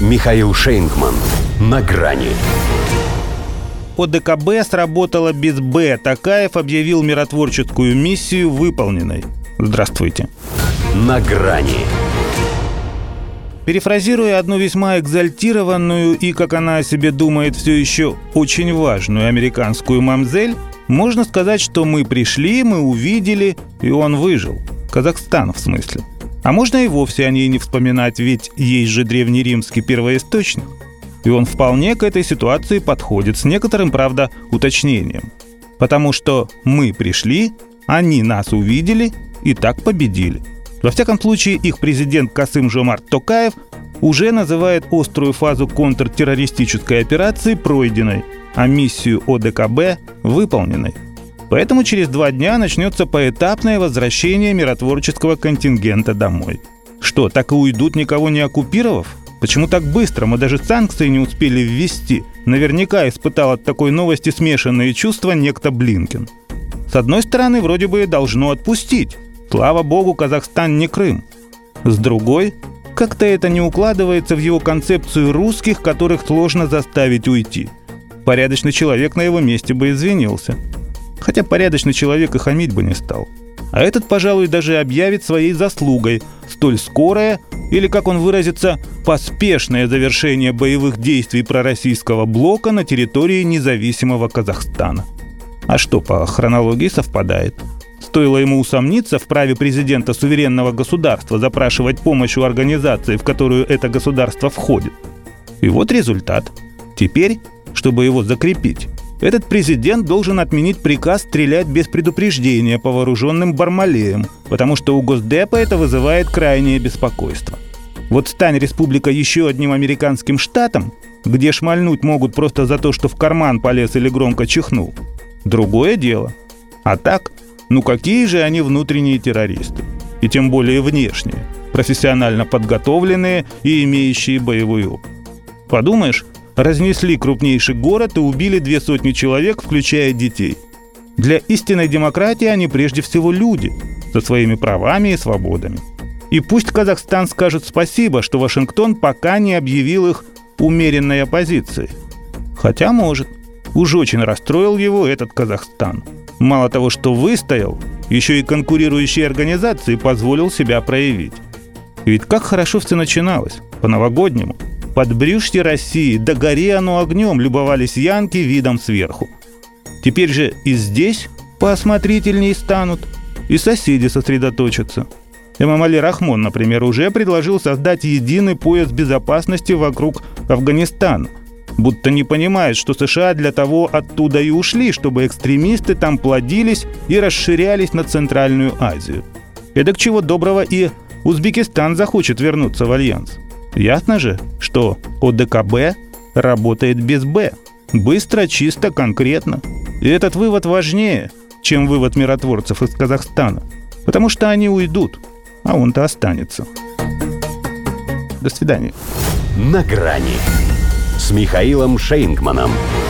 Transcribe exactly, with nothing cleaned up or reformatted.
Михаил Шейнгман. На грани. ОДКБ сработала без «Б». Токаев объявил миротворческую миссию выполненной. Здравствуйте. На грани. Перефразируя одну весьма экзальтированную и, как она о себе думает, все еще очень важную американскую мамзель, можно сказать, что мы пришли, мы увидели, и он выжил. Казахстан, в смысле. А можно и вовсе о ней не вспоминать, ведь есть же древнеримский первоисточник. И он вполне к этой ситуации подходит, с некоторым, правда, уточнением. Потому что мы пришли, они нас увидели и так победили. Во всяком случае, их президент Касым-Жомарт Токаев уже называет острую фазу контртеррористической операции пройденной, а миссию ОДКБ выполненной. Поэтому через два дня начнется поэтапное возвращение миротворческого контингента домой. Что, так и уйдут, никого не оккупировав? Почему так быстро? Мы даже санкции не успели ввести. Наверняка испытал от такой новости смешанные чувства некто Блинкен. С одной стороны, вроде бы должно отпустить. Слава богу, Казахстан не Крым. С другой, как-то это не укладывается в его концепцию русских, которых сложно заставить уйти. Порядочный человек на его месте бы извинился. Хотя порядочный человек и хамить бы не стал. А этот, пожалуй, даже объявит своей заслугой столь скорое, или, как он выразится, поспешное завершение боевых действий пророссийского блока на территории независимого Казахстана. А что, по хронологии совпадает? Стоило ему усомниться в праве президента суверенного государства запрашивать помощь у организации, в которую это государство входит. И вот результат. Теперь, чтобы его закрепить, этот президент должен отменить приказ стрелять без предупреждения по вооруженным бармалеям, потому что у Госдепа это вызывает крайнее беспокойство. Вот стань республика еще одним американским штатом, где шмальнуть могут просто за то, что в карман полез или громко чихнул. Другое дело. А так, ну какие же они внутренние террористы? И тем более внешние, профессионально подготовленные и имеющие боевой опыт. Подумаешь, разнесли крупнейший город и убили две сотни человек, включая детей. Для истинной демократии они прежде всего люди, со своими правами и свободами. И пусть Казахстан скажет спасибо, что Вашингтон пока не объявил их умеренной оппозицией. Хотя может. Уж очень расстроил его этот Казахстан. Мало того, что выстоял, еще и конкурирующие организации позволил себя проявить. И ведь как хорошо все начиналось, по-новогоднему. Подбрюшье России, да гори оно огнем, любовались янки видом сверху. Теперь же и здесь поосмотрительней станут, и соседи сосредоточатся. Эмомали Рахмон, например, уже предложил создать единый пояс безопасности вокруг Афганистана, будто не понимает, что США для того оттуда и ушли, чтобы экстремисты там плодились и расширялись на Центральную Азию. Эдак чего доброго и Узбекистан захочет вернуться в альянс. Ясно же, что ОДКБ работает без «Б». Быстро, чисто, конкретно. И этот вывод важнее, чем вывод миротворцев из Казахстана. Потому что они уйдут, а он-то останется. До свидания. На грани с Михаилом Шейнгманом.